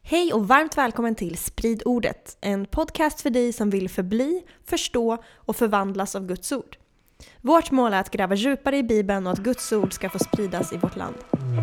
Hej och varmt välkommen till Sprid ordet, en podcast för dig som vill förbli, förstå och förvandlas av Guds ord. Vårt mål är att gräva djupare i Bibeln och att Guds ord ska få spridas i vårt land.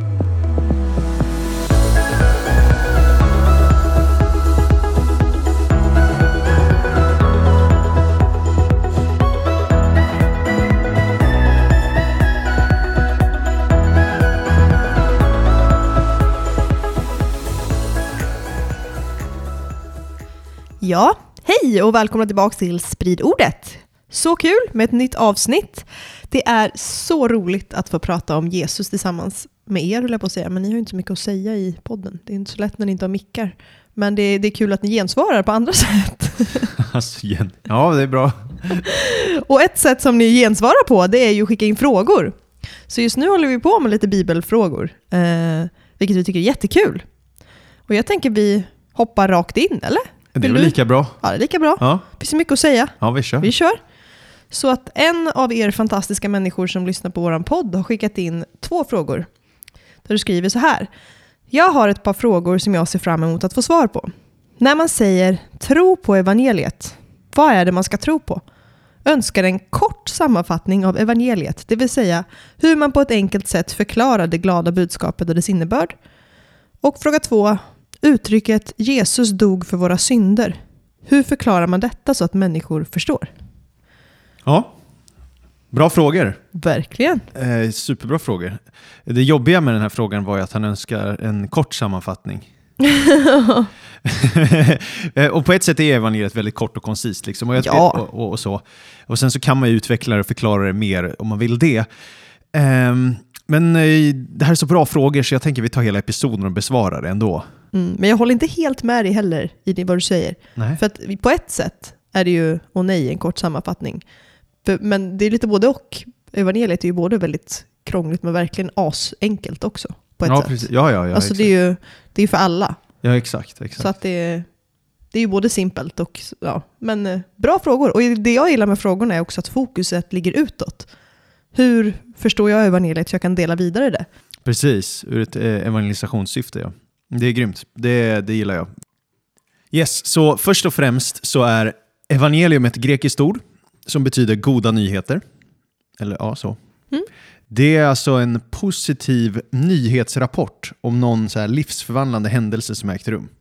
Ja, hej och välkomna tillbaka till Sprid ordet. Så kul med ett nytt avsnitt. Det är så roligt att få prata om Jesus tillsammans med er, vill jag på säga. Men ni har inte så mycket att säga i podden. Det är inte så lätt när ni inte har mickar. Men det är kul att ni gensvarar på andra sätt. Ja, det är bra. Och ett sätt som ni gensvarar på, det är ju att skicka in frågor. Så just nu håller vi på med lite bibelfrågor. Vilket vi tycker är jättekul. Och jag tänker vi hoppar rakt in, eller? Det är väl lika bra. Ja, det är lika bra. Ja. Det finns mycket att säga. Ja, vi kör. Vi kör. Så att en av er fantastiska människor som lyssnar på våran podd har skickat in 2 frågor. Där du skriver så här. Jag har ett par frågor som jag ser fram emot att få svar på. När man säger tro på evangeliet, vad är det man ska tro på? Önskar en kort sammanfattning av evangeliet, det vill säga hur man på ett enkelt sätt förklarar det glada budskapet och dess innebörd. Och fråga 2. Uttrycket Jesus dog för våra synder. Hur förklarar man detta så att människor förstår? Ja, bra frågor. Verkligen. Superbra frågor. Det jobbiga med den här frågan var ju att han önskar en kort sammanfattning. Och på ett sätt är evangeliet väldigt kort och koncist. Liksom. Och så. Och sen så kan man ju utveckla det och förklara det mer om man vill det. Men det här är så bra frågor så jag tänker vi tar hela episoden och besvarar det ändå. Men jag håller inte helt med dig heller i det vad du säger. Nej. För att på ett sätt är det ju, en kort sammanfattning. Men det är lite både och. Evangeliet är ju både väldigt krångligt men verkligen asenkelt också. På ett sätt. Precis. Ja, alltså det är ju för alla. Ja, exakt. Så att det är ju både simpelt och men bra frågor. Och det jag gillar med frågorna är också att fokuset ligger utåt. Hur förstår jag evangeliet så jag kan dela vidare det? Precis, ur ett evangelisationssyfte, ja. Det är grymt, det gillar jag. Yes, så först och främst så är evangelium ett grekiskt ord som betyder goda nyheter. Eller ja, så. Det är alltså en positiv nyhetsrapport om någon så här livsförvandlande händelse som ägt rum.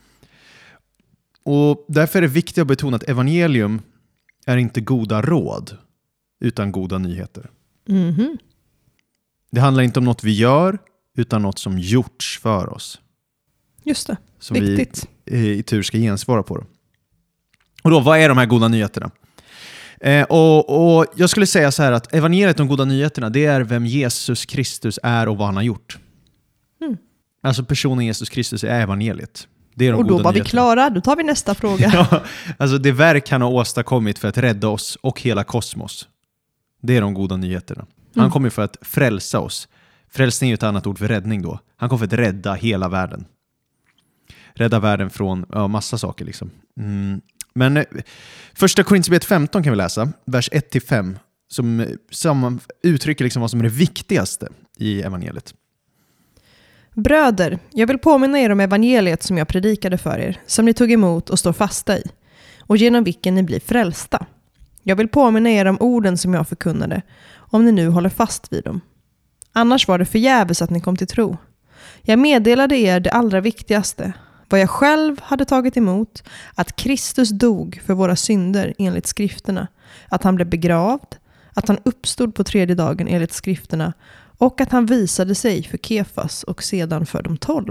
Och därför är det viktigt att betona att evangelium är inte goda råd utan goda nyheter. Mm-hmm. Det handlar inte om något vi gör utan något som gjorts för oss. Just det, som viktigt. Vi i tur ska gensvara på. Och då, vad är de här goda nyheterna? Och jag skulle säga så här att evangeliet om goda nyheterna, det är vem Jesus Kristus är och vad han har gjort. Alltså personen Jesus Kristus är evangeliet. Det är de och då goda var nyheterna. Vi klara, då tar vi nästa fråga. Ja, alltså det verk han har åstadkommit för att rädda oss och hela kosmos. Det är de goda nyheterna. Han kommer för att frälsa oss. Frälsning är ett annat ord för räddning då. Han kommer för att rädda hela världen. Rädda världen från massa saker liksom. Men första Korinthierbrevet 15 kan vi läsa, vers 1-5, som uttrycker liksom vad som är det viktigaste i evangeliet. Bröder, jag vill påminna er om evangeliet som jag predikade för er, som ni tog emot och står fasta i, och genom vilken ni blir frälsta. Jag vill påminna er om orden som jag förkunnade, om ni nu håller fast vid dem. Annars var det förgäves att ni kom till tro. Jag meddelade er det allra viktigaste, vad jag själv hade tagit emot, att Kristus dog för våra synder enligt skrifterna, att han blev begravd, att han uppstod på 3:e dagen enligt skrifterna och att han visade sig för Kefas och sedan för de 12.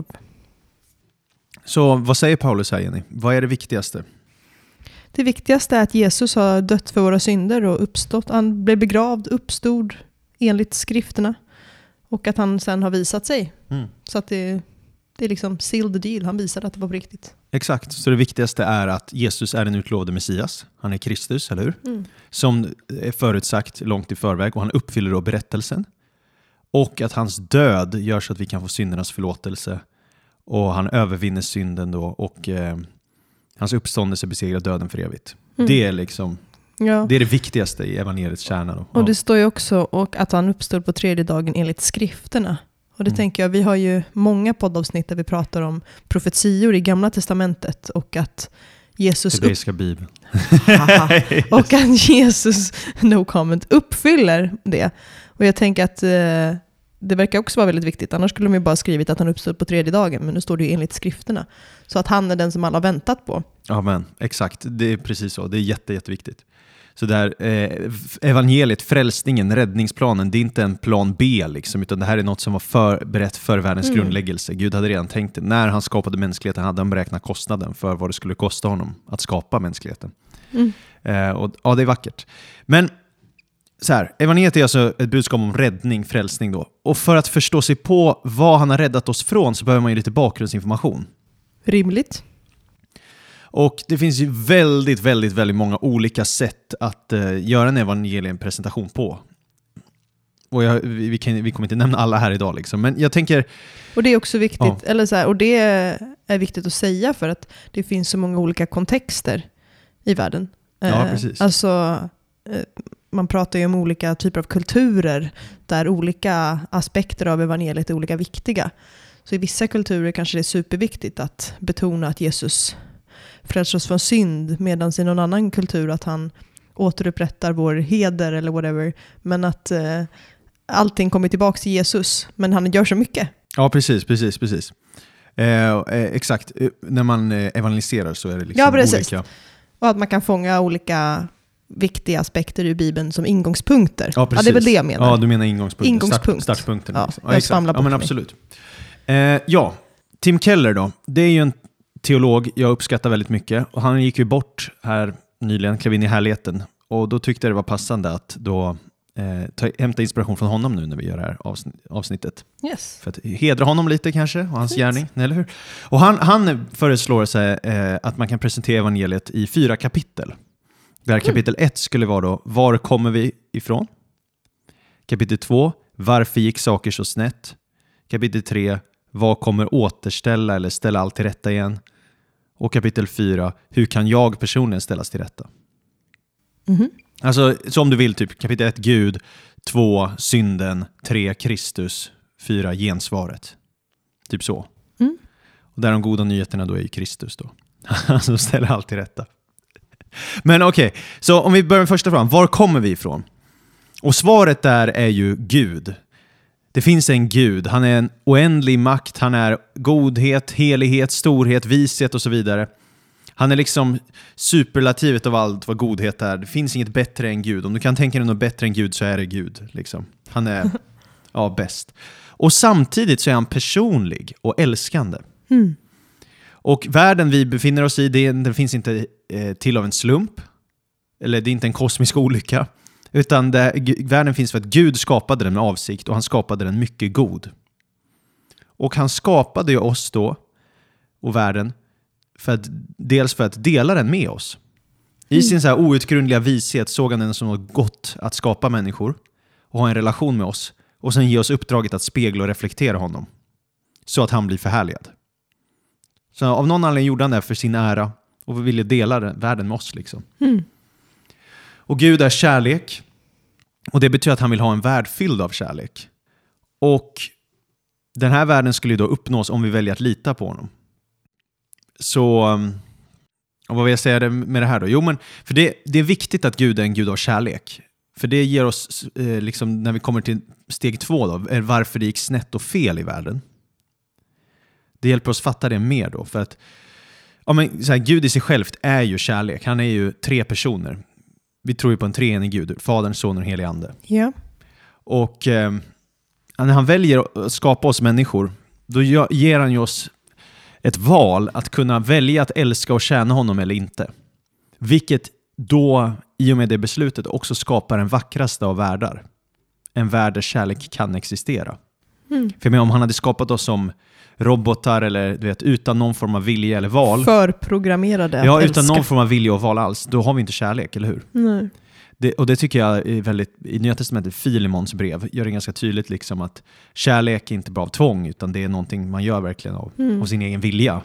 Så vad säger Paulus här, Jenny? Vad är det viktigaste? Det viktigaste är att Jesus har dött för våra synder och uppstått. Han blev begravd, uppstod enligt skrifterna och att han sen har visat sig. Så att det är liksom sealed the deal. Han visade att det var på riktigt. Exakt. Så det viktigaste är att Jesus är den utlovade Messias. Han är Kristus, eller hur? Som är förutsagt långt i förväg och han uppfyller då berättelsen. Och att hans död gör så att vi kan få syndernas förlåtelse. Och han övervinner synden då och hans uppståndelse besegrar döden för evigt. Det är liksom det är det viktigaste i evangeliets kärna. Då. Och det står ju också och att han uppstod på 3:e dagen enligt skrifterna. Och det tänker jag, vi har ju många poddavsnitt där vi pratar om profetior i Gamla testamentet och att Jesus Hebreiska Bibeln. och att Jesus, no comment, uppfyller det. Och jag tänker att det verkar också vara väldigt viktigt. Annars skulle de ju bara skrivit att han uppstod på 3:e dagen. Men nu står det ju enligt skrifterna. Så att han är den som alla väntat på. Ja, men exakt. Det är precis så. Det är jätteviktigt. Så där, evangeliet, frälsningen, räddningsplanen, det är inte en plan B liksom, utan det här är något som var förberett för världens grundläggelse. Gud hade redan tänkt det. När han skapade mänskligheten hade han beräknat kostnaden för vad det skulle kosta honom att skapa mänskligheten. Och, ja, det är vackert. Men så här, evangeliet är alltså ett budskap om räddning, frälsning då. Och för att förstå sig på vad han har räddat oss från så behöver man ju lite bakgrundsinformation. Rimligt. Och det finns ju väldigt många olika sätt att göra en evangeliepresentation på. Och vi kommer inte nämna alla här idag liksom, men jag tänker... Och det är också viktigt, eller så här, och det är viktigt att säga för att det finns så många olika kontexter i världen. Ja, precis. Alltså, man pratar ju om olika typer av kulturer där olika aspekter av evangeliet är olika viktiga. Så i vissa kulturer kanske det är superviktigt att betona att Jesus frälser oss från synd, medan i någon annan kultur att han återupprättar vår heder eller whatever. Men att allting kommer tillbaka till Jesus, men han gör så mycket. Ja, precis. Exakt. När man evangeliserar så är det liksom olika. Och att man kan fånga olika viktiga aspekter i Bibeln som ingångspunkter. Ja, precis. Ja, det är väl det jag menar. Ja, du menar ingångspunkter. Startpunkten. Ja, liksom. jag svamlar på men mig. absolut. Tim Keller då. Det är ju en teolog jag uppskattar väldigt mycket. Och han gick ju bort här nyligen, klev in i härligheten. Och då tyckte jag det var passande att då hämta inspiration från honom nu när vi gör det här avsnittet. Yes. För att hedra honom lite kanske, och hans gärning, eller hur? Och han föreslår sig att man kan presentera evangeliet i 4 kapitel. Där kapitel 1 skulle vara då, var kommer vi ifrån? Kapitel 2, varför gick saker så snett? Kapitel 3, vad kommer återställa eller ställa allt till rätta igen? Och kapitel 4, hur kan jag personligen ställas till rätta? Alltså, som du vill, typ kapitel 1, Gud, 2, synden, 3, Kristus, 4, gensvaret. Typ så. Och där de goda nyheterna då är ju Kristus då. Alltså ställer allt till rätta. Men okej, så om vi börjar med första frågan. Var kommer vi ifrån? Och svaret där är ju Gud. Det finns en Gud. Han är en oändlig makt. Han är godhet, helighet, storhet, vishet och så vidare. Han är liksom superlativet av allt vad godhet är. Det finns inget bättre än Gud. Om du kan tänka dig något bättre än Gud så är det Gud. Liksom. Han är bäst. Och samtidigt så är han personlig och älskande. Och världen vi befinner oss i, den finns inte till av en slump. Eller det är inte en kosmisk olycka. Utan världen finns för att Gud skapade den med avsikt, och han skapade den mycket god. Och han skapade ju oss då, och världen, dels för att dela den med oss. I sin så här outgrundliga vishet såg han den som något gott att skapa människor och ha en relation med oss, och sen ge oss uppdraget att spegla och reflektera honom så att han blir förhärligad. Så av någon anledning gjorde han det för sin ära och ville dela världen med oss liksom. Och Gud är kärlek, och det betyder att han vill ha en värld fylld av kärlek. Och den här världen skulle ju då uppnås om vi väljer att lita på honom. Så, och vad vill jag säga med det här då? Jo, men för det är viktigt att Gud är en Gud av kärlek. För det ger oss, liksom, när vi kommer till steg 2 då, är varför det gick snett och fel i världen. Det hjälper oss fatta det mer då. För att så här, Gud i sig självt är ju kärlek. Han är ju 3 personer. Vi tror ju på en treenig Gud, Fadern, Sonen och helig ande. Ja. Och när han väljer att skapa oss människor, då ger han ju oss ett val att kunna välja att älska och tjäna honom eller inte. Vilket då, i och med det beslutet, också skapar den vackraste av världar. En värld där kärlek kan existera. För om han hade skapat oss som robotar eller du vet, utan någon form av vilja eller val. Förprogrammerade. Ja, utan någon form av vilja och val alls. Då har vi inte kärlek, eller hur? Nej. Och det tycker jag är väldigt, i Nya testamentet, Filemons brev gör det ganska tydligt liksom att kärlek är inte bara av tvång, utan det är någonting man gör verkligen av sin egen vilja.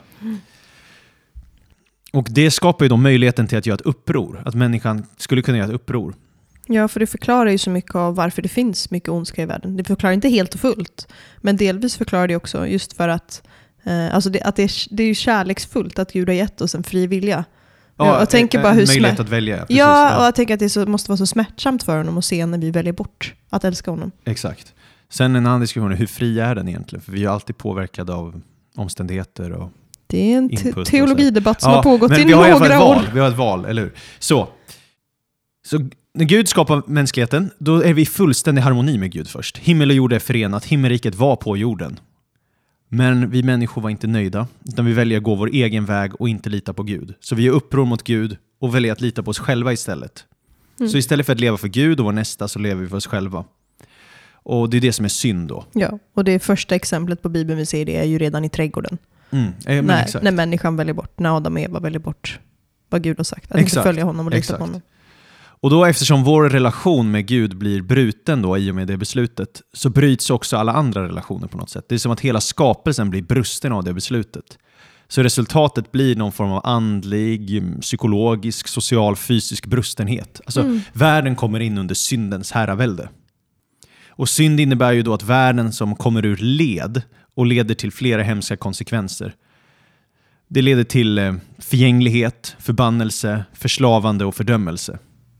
Och det skapar ju då möjligheten till att göra ett uppror. Att människan skulle kunna göra ett uppror. Ja, för det förklarar ju så mycket av varför det finns mycket ondska i världen. Det förklarar inte helt och fullt, men delvis förklarar det också just för att, det är ju kärleksfullt att Gud har gett oss en fri vilja. Ja, jag tänker bara hur möjlighet att välja. Precis, ja, och jag tänker att det måste vara så smärtsamt för honom att se när vi väljer bort att älska honom. Exakt. Sen en annan diskussion är hur fri är den egentligen? För vi är alltid påverkade av omständigheter och det är en input teologidebatt som har pågått i några år. Vi har ett val, eller hur? Så när Gud skapar mänskligheten, då är vi i fullständig harmoni med Gud först. Himmel och jord är förenat, himmelriket var på jorden. Men vi människor var inte nöjda, utan vi väljer att gå vår egen väg och inte lita på Gud. Så vi är uppror mot Gud och väljer att lita på oss själva istället. Så istället för att leva för Gud och vår nästa så lever vi för oss själva. Och det är det som är synd då. Ja, och det första exemplet på Bibeln vi ser det är ju redan i trädgården. När människan väljer bort, när Adam och Eva väljer bort vad Gud har sagt. Att inte följa honom och lita på honom. Och då eftersom vår relation med Gud blir bruten då i och med det beslutet så bryts också alla andra relationer på något sätt. Det är som att hela skapelsen blir brusten av det beslutet. Så resultatet blir någon form av andlig, psykologisk, social, fysisk brustenhet. Alltså världen kommer in under syndens herravälde. Och synd innebär ju då att världen som kommer ur led och leder till flera hemska konsekvenser. Det leder till förgänglighet, förbannelse, förslavande och fördömelse.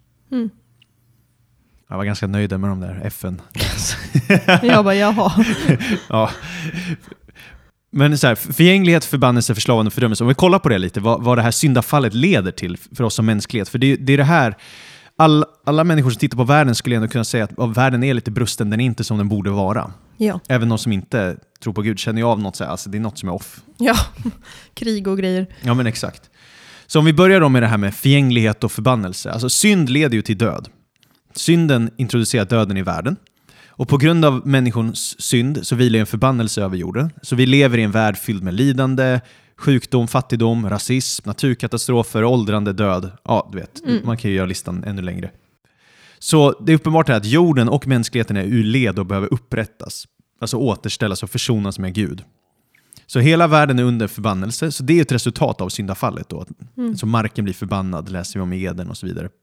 Jag var ganska nöjd med de där FN. Jag bara, jaha. Ja. Men så här, förgänglighet, förbannelse, förslavande och fördömelse. Om vi kollar på det lite, vad det här syndafallet leder till för oss som mänsklighet. För det är det här, alla människor som tittar på världen skulle ändå kunna säga att världen är lite brusten, den är inte som den borde vara. Ja. Även de som inte tror på Gud känner ju av något, så här, alltså det är något som är off. Ja, krig och grejer. Ja, men exakt. Så om vi börjar då med det här med förgänglighet och förbannelse. Alltså synd leder ju till död. Synden introducerar döden i världen. Och på grund av människans synd så vilar en förbannelse över jorden. Så vi lever i en värld fylld med lidande, sjukdom, fattigdom, rasism, naturkatastrofer, åldrande, död. Ja, du vet, man kan ju göra listan ännu längre. Så det är uppenbart att jorden och mänskligheten är ur led och behöver upprättas. Alltså återställas och försonas med Gud. Så hela världen är under förbannelse. Så det är ett resultat av syndafallet då. Så marken blir förbannad, läser vi om i Eden och så vidare.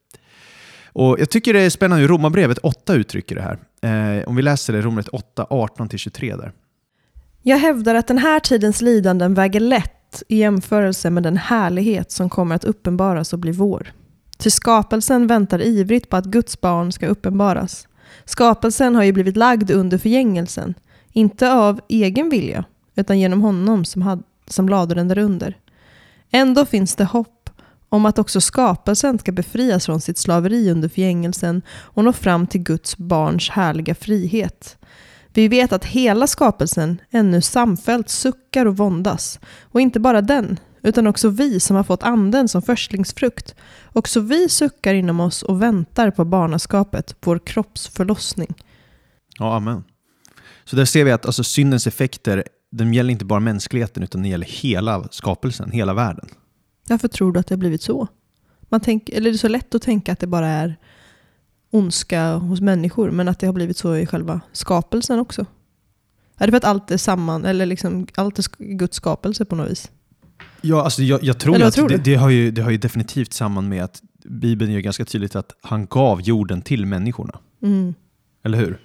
Och jag tycker det är spännande hur Romarbrevet 8 uttrycker det här. Om vi läser det, Romarbrevet 8, 18-23 där. Jag hävdar att den här tidens lidanden väger lätt i jämförelse med den härlighet som kommer att uppenbaras och bli vår. Till skapelsen väntar ivrigt på att Guds barn ska uppenbaras. Skapelsen har ju blivit lagd under förgängelsen, inte av egen vilja, utan genom honom som lade den där under. Ändå finns det hopp om att också skapelsen ska befrias från sitt slaveri under förgängelsen och nå fram till Guds barns härliga frihet. Vi vet att hela skapelsen ännu samfällt suckar och våndas. Och inte bara den, utan också vi som har fått anden som förstlingsfrukt. Också vi suckar inom oss och väntar på barnaskapet, vår kroppsförlossning. Ja, amen. Så där ser vi att alltså, syndens effekter, de gäller inte bara mänskligheten utan det gäller hela skapelsen, hela världen. Varför tror du att det har blivit så? Eller det är så lätt att tänka att det bara är ondska hos människor, men att det har blivit så i själva skapelsen också. Är det för att allt är samman, eller liksom allt är Guds skapelse på något vis? Ja, alltså jag tror att det har ju definitivt samman med att Bibeln gör ganska tydligt att han gav jorden till människorna. Eller hur?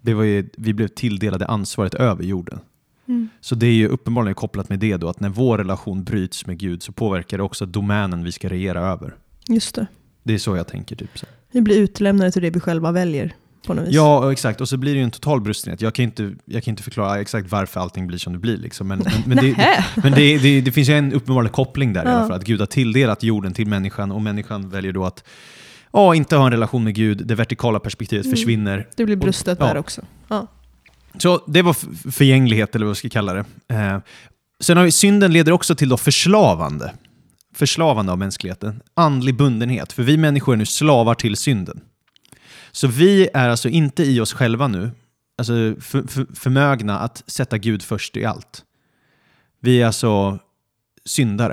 Vi blev tilldelade ansvaret över jorden. Så det är ju uppenbarligen kopplat med det då, att när vår relation bryts med Gud så påverkar det också domänen vi ska regera över. Just det. Det är så jag tänker typ. Så. Vi blir utlämnade till det vi själva väljer på något vis. Ja, exakt. Och så blir det ju en total brustenhet. Jag kan inte förklara exakt varför allting blir som det blir. Liksom. Men det finns ju en uppenbar koppling där i alla fall. Att Gud har tilldelat jorden till människan och människan väljer då att inte ha en relation med Gud. Det vertikala perspektivet försvinner. Det blir brustet där också. Ja. Så det var förgänglighet eller vad jag ska kalla det. Sen har vi synden leder också till då förslavande av mänskligheten. Andlig bundenhet. För vi människor är nu slavar till synden. Så vi är alltså inte i oss själva nu alltså förmögna att sätta Gud först i allt. Vi är alltså syndare.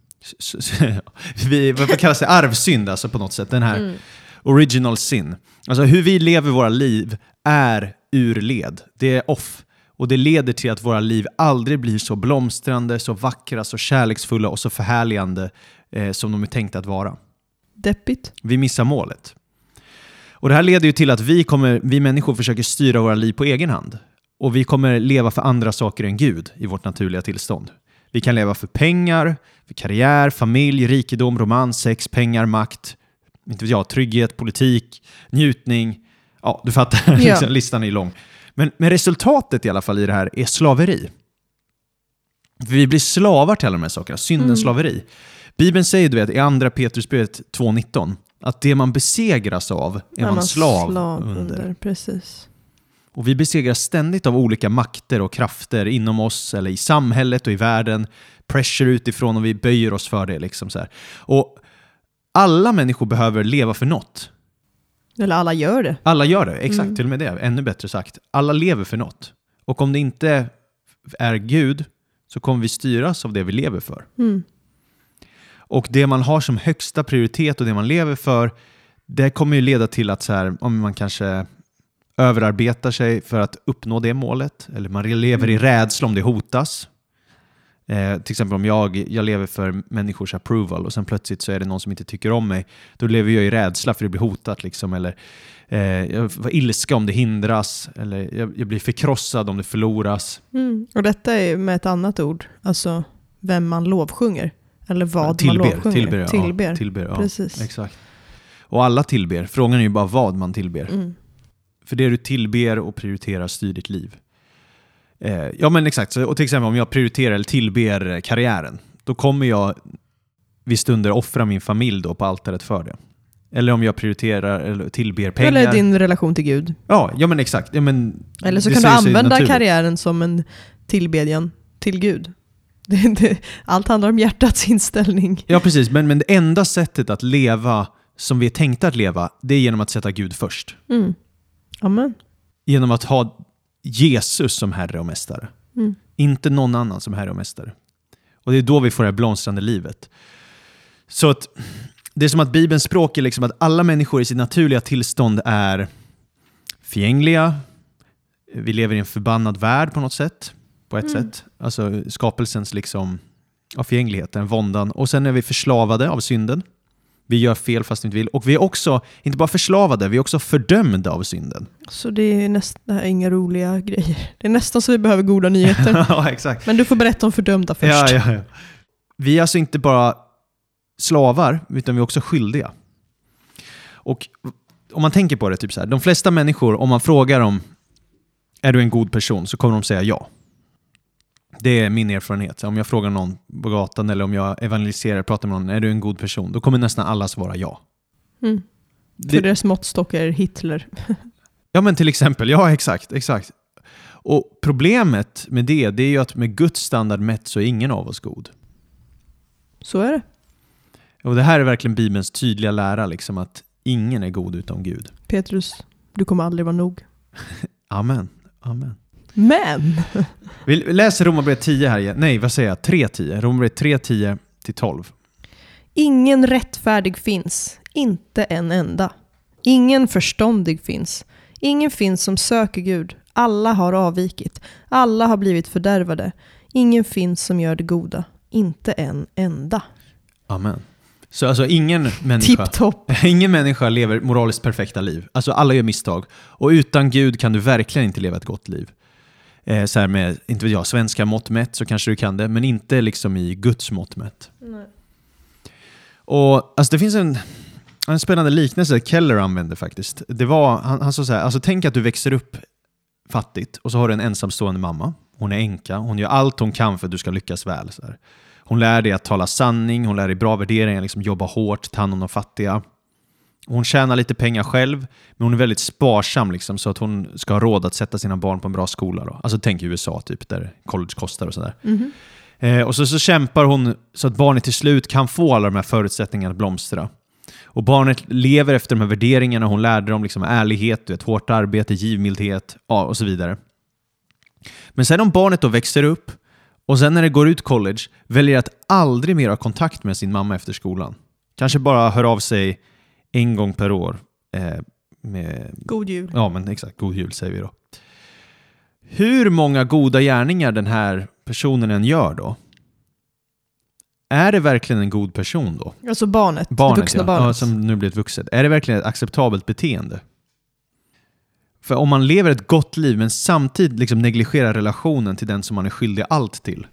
Vad kallas det? Arvsynd alltså på något sätt. Den här original sin. Alltså hur vi lever våra liv är ur led. Det är off. Och det leder till att våra liv aldrig blir så blomstrande, så vackra, så kärleksfulla och så förhärligande som de är tänkta att vara. Deppigt. Vi missar målet. Och det här leder ju till att vi människor försöker styra våra liv på egen hand. Och vi kommer leva för andra saker än Gud i vårt naturliga tillstånd. Vi kan leva för pengar, för karriär, familj, rikedom, romans, sex, pengar, makt, inte vet jag, trygghet, politik, njutning. Ja, du fattar, liksom, listan är lång. Men resultatet i alla fall i det här är slaveri. För vi blir slavar till alla de här sakerna, syndens slaveri. Bibeln säger, du vet, i andra Petrusbrevet 2:19 att det man besegras av är man slav under. Precis. Och vi besegras ständigt av olika makter och krafter inom oss eller i samhället och i världen. Pressure utifrån och vi böjer oss för det. Liksom så här. Och alla människor behöver leva för något. Eller alla gör det. Alla gör det, exakt. Till och med det. Ännu bättre sagt. Alla lever för något. Och om det inte är Gud så kommer vi styras av det vi lever för. Och det man har som högsta prioritet och det man lever för, det kommer ju leda till att så här, om man kanske överarbetar sig för att uppnå det målet. Eller man lever i rädsla om det hotas. Till exempel om jag lever för människors approval och sen plötsligt så är det någon som inte tycker om mig. Då lever jag i rädsla för att bli hotat. Liksom, eller jag får ilska om det hindras. Eller jag blir förkrossad om det förloras. Och detta är med ett annat ord. Alltså vem man lovsjunger. Eller vad man lovsjunger. Tillber, ja. Precis. Exakt. Och alla tillber. Frågan är ju bara vad man tillber. För det du tillber och prioriterar styr ditt liv. Ja men exakt, och till exempel om jag prioriterar eller tillber karriären, då kommer jag vid stunder offra min familj då på altaret för det. Eller om jag prioriterar eller tillber pengar. Eller din relation till Gud. Ja men exakt. Ja, men eller så kan du använda karriären som en tillbedjan till Gud. Allt handlar om hjärtats inställning. Ja precis, men det enda sättet att leva som vi är tänkta att leva, det är genom att sätta Gud först. Amen. Genom att ha Jesus som Herre och Mästare. Inte någon annan som Herre och Mästare. Och det är då vi får det här blomstrande livet. Så att det är som att Bibelns språk är liksom att alla människor i sitt naturliga tillstånd är förgängliga. Vi lever i en förbannad värld på något sätt. På ett sätt. Alltså skapelsens liksom av förgängligheten, våndan. Och sen är vi förslavade av synden. Vi gör fel fast vi inte vill. Och vi är också, inte bara förslavade, vi är också fördömda av synden. Så det är nästan inga roliga grejer. Det är nästan så vi behöver goda nyheter. Ja, exakt. Men du får berätta om fördömda först. Ja. Vi är alltså inte bara slavar, utan vi är också skyldiga. Och om man tänker på det, typ så här, de flesta människor, om man frågar dem, är du en god person? Så kommer de säga ja. Det är min erfarenhet. Om jag frågar någon på gatan eller om jag evangeliserar, pratar med någon, är du en god person? Då kommer nästan alla svara ja. För deras måttstock är Hitler. Ja men till exempel, ja exakt. Och problemet med det är ju att med Guds standard mätt så är ingen av oss god. Så är det. Och det här är verkligen Bibelns tydliga lära, liksom att ingen är god utom Gud. Petrus, du kommer aldrig vara nog. Amen. Men! Vi läser Romarbrevet 10 här. Nej, vad säger jag? 3:10. Romarbrevet 3:10-12. Ingen rättfärdig finns, inte en enda. Ingen förståndig finns. Ingen finns som söker Gud. Alla har avvikit. Alla har blivit fördärvade. Ingen finns som gör det goda. Inte en enda. Amen. Så alltså ingen människa lever moraliskt perfekta liv. Alltså alla gör misstag. Och utan Gud kan du verkligen inte leva ett gott liv. Så här med, inte vet jag, svenska mått mätt så kanske du kan det. Men inte liksom i Guds mått mätt. Nej. Och alltså det finns en spännande liknelse Keller använde faktiskt. Det var, han sa så här, alltså tänk att du växer upp fattigt och så har du en ensamstående mamma. Hon är änka, hon gör allt hon kan för att du ska lyckas väl. Så här. Hon lär dig att tala sanning, hon lär dig bra värderingar, liksom jobba hårt, ta hand om de fattiga. Hon tjänar lite pengar själv, men hon är väldigt sparsam liksom, så att hon ska ha råd att sätta sina barn på en bra skola. Då. Alltså tänk USA typ, där college kostar och sådär. Och så kämpar hon så att barnet till slut kan få alla de här förutsättningarna att blomstra. Och barnet lever efter de här värderingarna hon lärde dem, liksom ärlighet, ett hårt arbete, givmildhet och så vidare. Men sen om barnet då växer upp och sen när det går ut college väljer att aldrig mer ha kontakt med sin mamma efter skolan. Kanske bara hör av sig en gång per år. Med... God jul. Ja, men exakt. God jul säger vi då. Hur många goda gärningar den här personen än gör då? Är det verkligen en god person då? Alltså barnet, det vuxna barnet. Ja, som nu blivit vuxet. Är det verkligen ett acceptabelt beteende? För om man lever ett gott liv men samtidigt liksom negligerar relationen till den som man är skyldig allt till.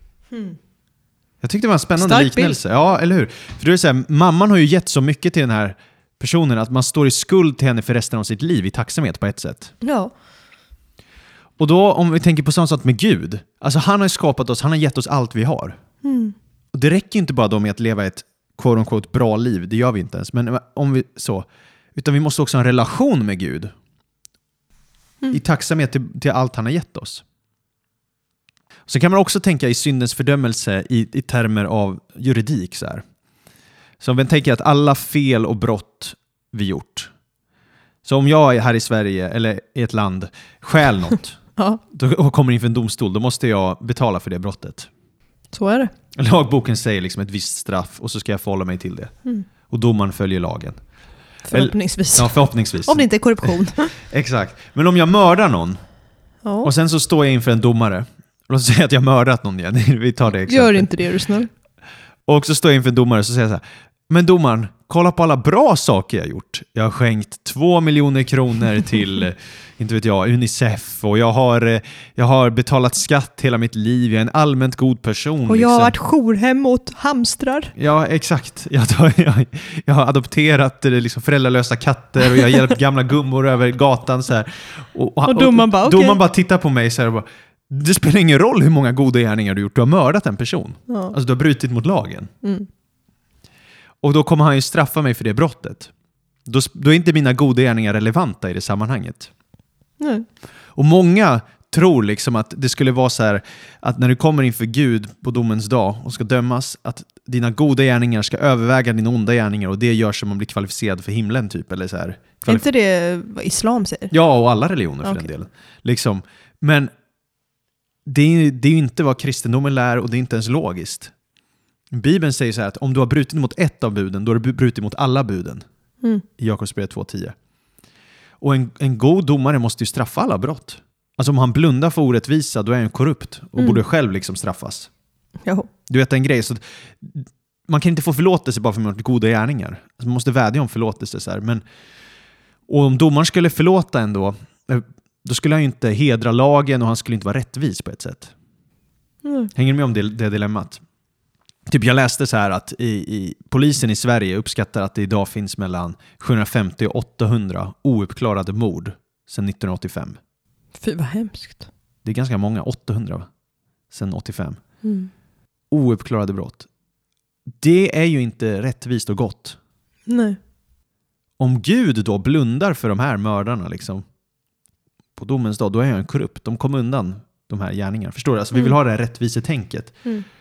Jag tyckte det var en spännande Stark liknelse. Ja, eller hur? För det är så här, mamman har ju gett så mycket till den här personen att man står i skuld till henne för resten av sitt liv i tacksamhet på ett sätt. Ja. Och då om vi tänker på samma sak med Gud. Alltså han har ju skapat oss, han har gett oss allt vi har. Och det räcker ju inte bara då med att leva ett quote unquote bra liv. Det gör vi inte ens. Men om vi så. Utan vi måste också ha en relation med Gud. I tacksamhet till allt han har gett oss. Så kan man också tänka i syndens fördömelse i termer av juridik. Så om vi tänker att alla fel och brott vi gjort. Så om jag är här i Sverige eller i ett land stjäl något och kommer inför en domstol, då måste jag betala för det brottet. Så är det. Lagboken säger liksom ett visst straff och så ska jag förhålla mig till det. Och domaren följer lagen. Förhoppningsvis. Ja, förhoppningsvis. Om det inte är korruption. Exakt. Men om jag mördar någon och sen så står jag inför en domare och låt säga att jag mördat någon igen. Vi tar det exempel. Gör inte det, är du snäll. Och så står jag inför en domare och så säger jag så här: men domaren, kolla på alla bra saker jag har gjort. Jag har skänkt 2 miljoner kronor till inte vet jag, Unicef och jag har betalat skatt hela mitt liv. Jag är en allmänt god person. Och jag har varit jourhem åt hamstrar. Ja, exakt. Jag har adopterat liksom föräldralösa katter och jag har hjälpt gamla gummor över gatan. Så här. Och domaren bara, domaren bara tittar på mig så här och bara, det spelar ingen roll hur många goda gärningar du har gjort. Du har mördat en person. Ja. Alltså du har brutit mot lagen. Och då kommer han ju straffa mig för det brottet. Då är inte mina goda gärningar relevanta i det sammanhanget. Nej. Och många tror liksom att det skulle vara så här att när du kommer inför Gud på domens dag och ska dömas, att dina goda gärningar ska överväga dina onda gärningar och det gör som man blir kvalificerad för himlen typ. Eller så här. Är inte det vad islam säger? Ja, och alla religioner för den delen. Liksom. Men det är ju inte vad kristendomen lär och det är inte ens logiskt. Bibeln säger så här att om du har brutit mot ett av buden, då har du brutit mot alla buden. I Jakobsbrevet 2:10. Och en god domare måste ju straffa alla brott. Alltså om han blundar för orättvisa, då är han korrupt och borde själv liksom straffas. Jo. Du vet en grej, så man kan inte få förlåtelse bara för att man har goda gärningar. Alltså man måste vädja om förlåtelse. Så här. Men, och om domaren skulle förlåta ändå, då skulle han ju inte hedra lagen och han skulle inte vara rättvis på ett sätt. Hänger du med om det dilemmat? Typ jag läste så här att polisen i Sverige uppskattar att det idag finns mellan 750 och 800 ouppklarade mord sedan 1985. Fy vad hemskt. Det är ganska många, 800 sedan 85. Ouppklarade brott. Det är ju inte rättvist och gott. Nej. Om Gud då blundar för de här mördarna liksom, på domens dag, då är han korrupt. De kom undan de här gärningarna. Förstår du? Alltså, vi vill ha det här rättvisetänket.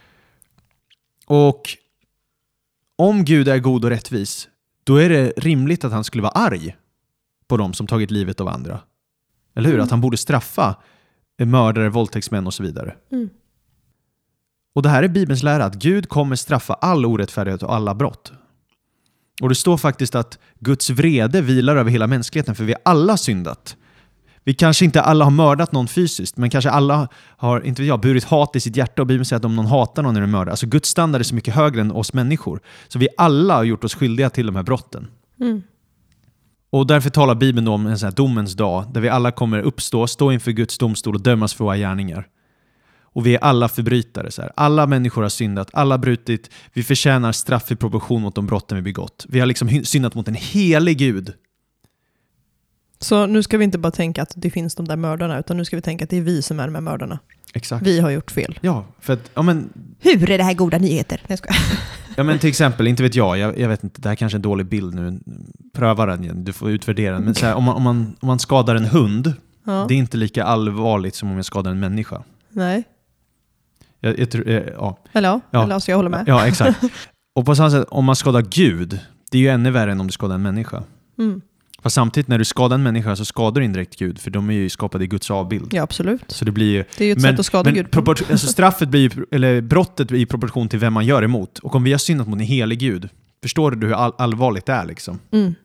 Och om Gud är god och rättvis, då är det rimligt att han skulle vara arg på dem som tagit livet av andra. Eller hur? Att han borde straffa mördare, våldtäktsmän och så vidare. Och det här är Bibelns lära, att Gud kommer straffa all orättfärdighet och alla brott. Och det står faktiskt att Guds vrede vilar över hela mänskligheten, för vi har alla syndat. Vi kanske inte alla har mördat någon fysiskt, men kanske alla har, inte vet jag, burit hat i sitt hjärta, och Bibeln säger att om någon hatar någon är det mördare. Alltså Guds standard är så mycket högre än oss människor. Så vi alla har gjort oss skyldiga till de här brotten. Och därför talar Bibeln då om en sån här domens dag, där vi alla kommer stå inför Guds domstol och dömas för våra gärningar. Och vi är alla förbrytare. Så här. Alla människor har syndat, alla har brutit. Vi förtjänar straff i proportion mot de brotten vi begått. Vi har liksom syndat mot en helig Gud. Så nu ska vi inte bara tänka att det finns de där mördarna, utan nu ska vi tänka att det är vi som är de här mördarna. Exakt. Vi har gjort fel. Ja, för att, ja men... Hur är det här goda nyheter? Jag ska. Ja men till exempel, inte vet jag vet inte, det här kanske är en dålig bild nu. Pröva den igen, du får utvärdera den. Men så här, om man skadar en hund, det är inte lika allvarligt som om jag skadar en människa. Nej. Jag tror, ja. Eller alltså jag håller med. Ja, exakt. Och på samma sätt, om man skadar Gud, det är ju ännu värre än om du skadar en människa. Fast samtidigt när du skadar en människa så skadar du indirekt Gud, för de är ju skapade i Guds avbild. Ja, absolut. Så det blir ju, det är ju ett sätt att skada Gud. Alltså straffet blir ju, eller brottet blir i proportion till vem man gör emot. Och om vi har syndat mot en helig Gud, förstår du hur allvarligt det är liksom?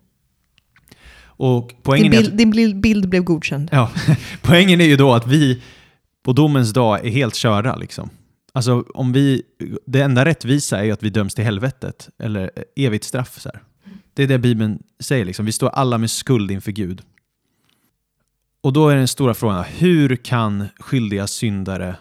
Och poängen din bild blev godkänd. Ja, poängen är ju då att vi på domens dag är helt körda liksom. Alltså det enda rättvisa är ju att vi döms till helvetet eller evigt straff så här. Det är det Bibeln säger liksom. Vi står alla med skuld inför Gud. Och då är den stora frågan, hur kan skyldiga syndare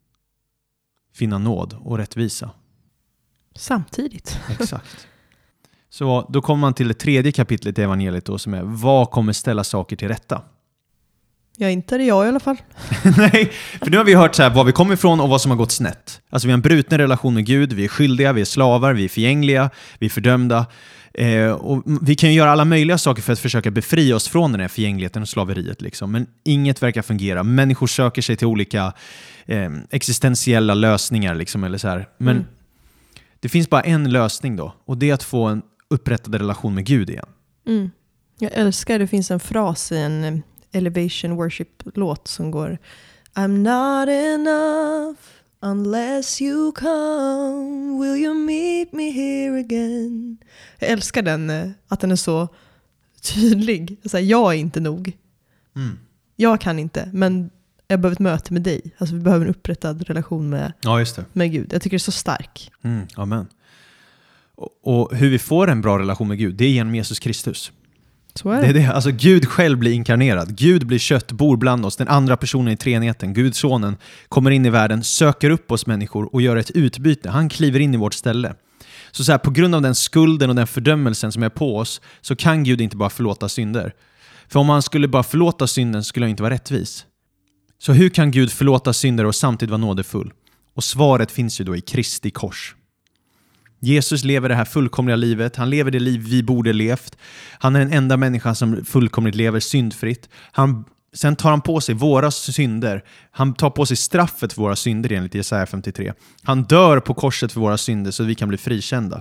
finna nåd och rättvisa? Samtidigt. Exakt. Så då kommer man till det 3:e kapitlet i evangeliet då, som är, vad kommer ställa saker till rätta? Ja, inte det jag i alla fall. Nej, för nu har vi hört så här, var vi kommer ifrån och vad som har gått snett. Alltså vi har en bruten relation med Gud, vi är skyldiga, vi är slavar, vi är förgängliga, vi är fördömda. Och vi kan ju göra alla möjliga saker för att försöka befria oss från den här förgängligheten och slaveriet. Liksom. Men inget verkar fungera. Människor söker sig till olika existentiella lösningar. Liksom, eller så här. Men det finns bara en lösning då. Och det är att få en upprättad relation med Gud igen. Mm. Jag älskar, det finns en fras i en Elevation Worship-låt som går I'm not enough unless you come. Will you meet me here again? Jag älskar den, att den är så tydlig. Så här, jag är inte nog. Jag kan inte, men jag behöver ett möte med dig. Alltså vi behöver en upprättad relation med Gud. Jag tycker det är så stark. Amen. Och hur vi får en bra relation med Gud, det är genom Jesus Kristus. Så är det. Det är det. Alltså Gud själv blir inkarnerad. Gud blir kött, bor bland oss. Den andra personen i treenigheten, Gud sonen, kommer in i världen, söker upp oss människor och gör ett utbyte. Han kliver in i vårt ställe. Så här, på grund av den skulden och den fördömelsen som är på oss så kan Gud inte bara förlåta synder. För om han skulle bara förlåta synden skulle han inte vara rättvis. Så hur kan Gud förlåta synder och samtidigt vara nådefull? Och svaret finns ju då i Kristi kors. Jesus lever det här fullkomliga livet. Han lever det liv vi borde levt. Han är den enda människan som fullkomligt lever syndfritt. Sen tar han på sig våra synder. Han tar på sig straffet för våra synder enligt Jesaja 53. Han dör på korset för våra synder så att vi kan bli frikända.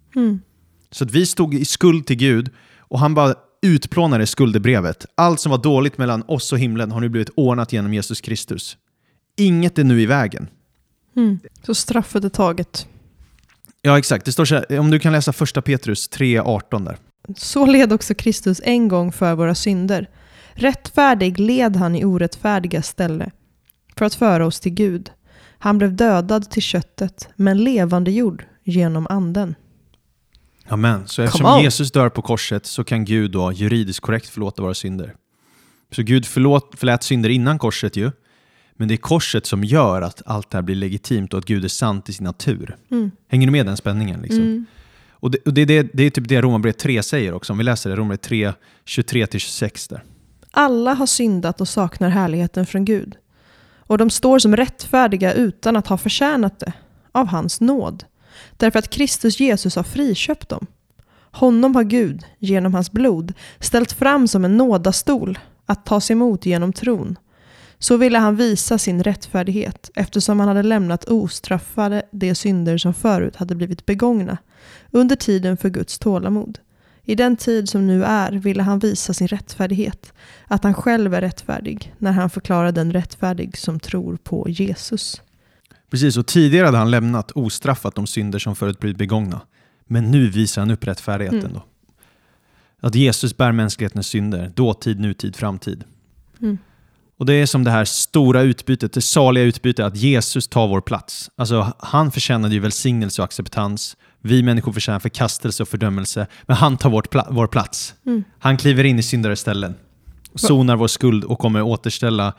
Så att vi stod i skuld till Gud och han bara utplånade skuldebrevet. Allt som var dåligt mellan oss och himlen har nu blivit ordnat genom Jesus Kristus. Inget är nu i vägen. Så straffet är taget. Ja, exakt. Det står så här, om du kan läsa 1 Petrus 3:18 där. Så led också Kristus en gång för våra synder. Rättfärdig led han i orättfärdiga ställe för att föra oss till Gud. Han blev dödad till köttet, men levande gjord genom anden. Amen. Så eftersom Jesus dör på korset så kan Gud då juridiskt korrekt förlåta våra synder. Så Gud förlät synder innan korset ju. Men det är korset som gör att allt det här blir legitimt och att Gud är sant i sin natur. Hänger du med den spänningen? Liksom? Och det är typ det Romarbrevet 3 säger också. Om vi läser det, Romarbrevet 3, 23-26 där. Alla har syndat och saknar härligheten från Gud. Och de står som rättfärdiga utan att ha förtjänat det av hans nåd. Därför att Kristus Jesus har friköpt dem. Honom har Gud, genom hans blod, ställt fram som en nådastol att tas emot genom tron. Så ville han visa sin rättfärdighet eftersom han hade lämnat ostraffade de synder som förut hade blivit begångna under tiden för Guds tålamod. I den tid som nu är ville han visa sin rättfärdighet, att han själv är rättfärdig när han förklarar den rättfärdig som tror på Jesus. Precis, och tidigare hade han lämnat ostraffat de synder som förut blivit begångna. Men nu visar han upp rättfärdigheten då. Att Jesus bär mänsklighetens synder, dåtid, nutid, framtid. Och det är som det här stora utbytet, det saliga utbytet att Jesus tar vår plats. Alltså han förtjänade ju välsignelse och acceptans. Vi människor förtjänar förkastelse och fördömelse. Men han tar vår plats. Han kliver in i syndares ställen. Sonar vår skuld och kommer återställa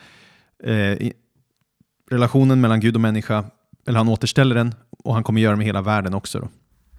relationen mellan Gud och människa. Eller han återställer den och han kommer göra med hela världen också då.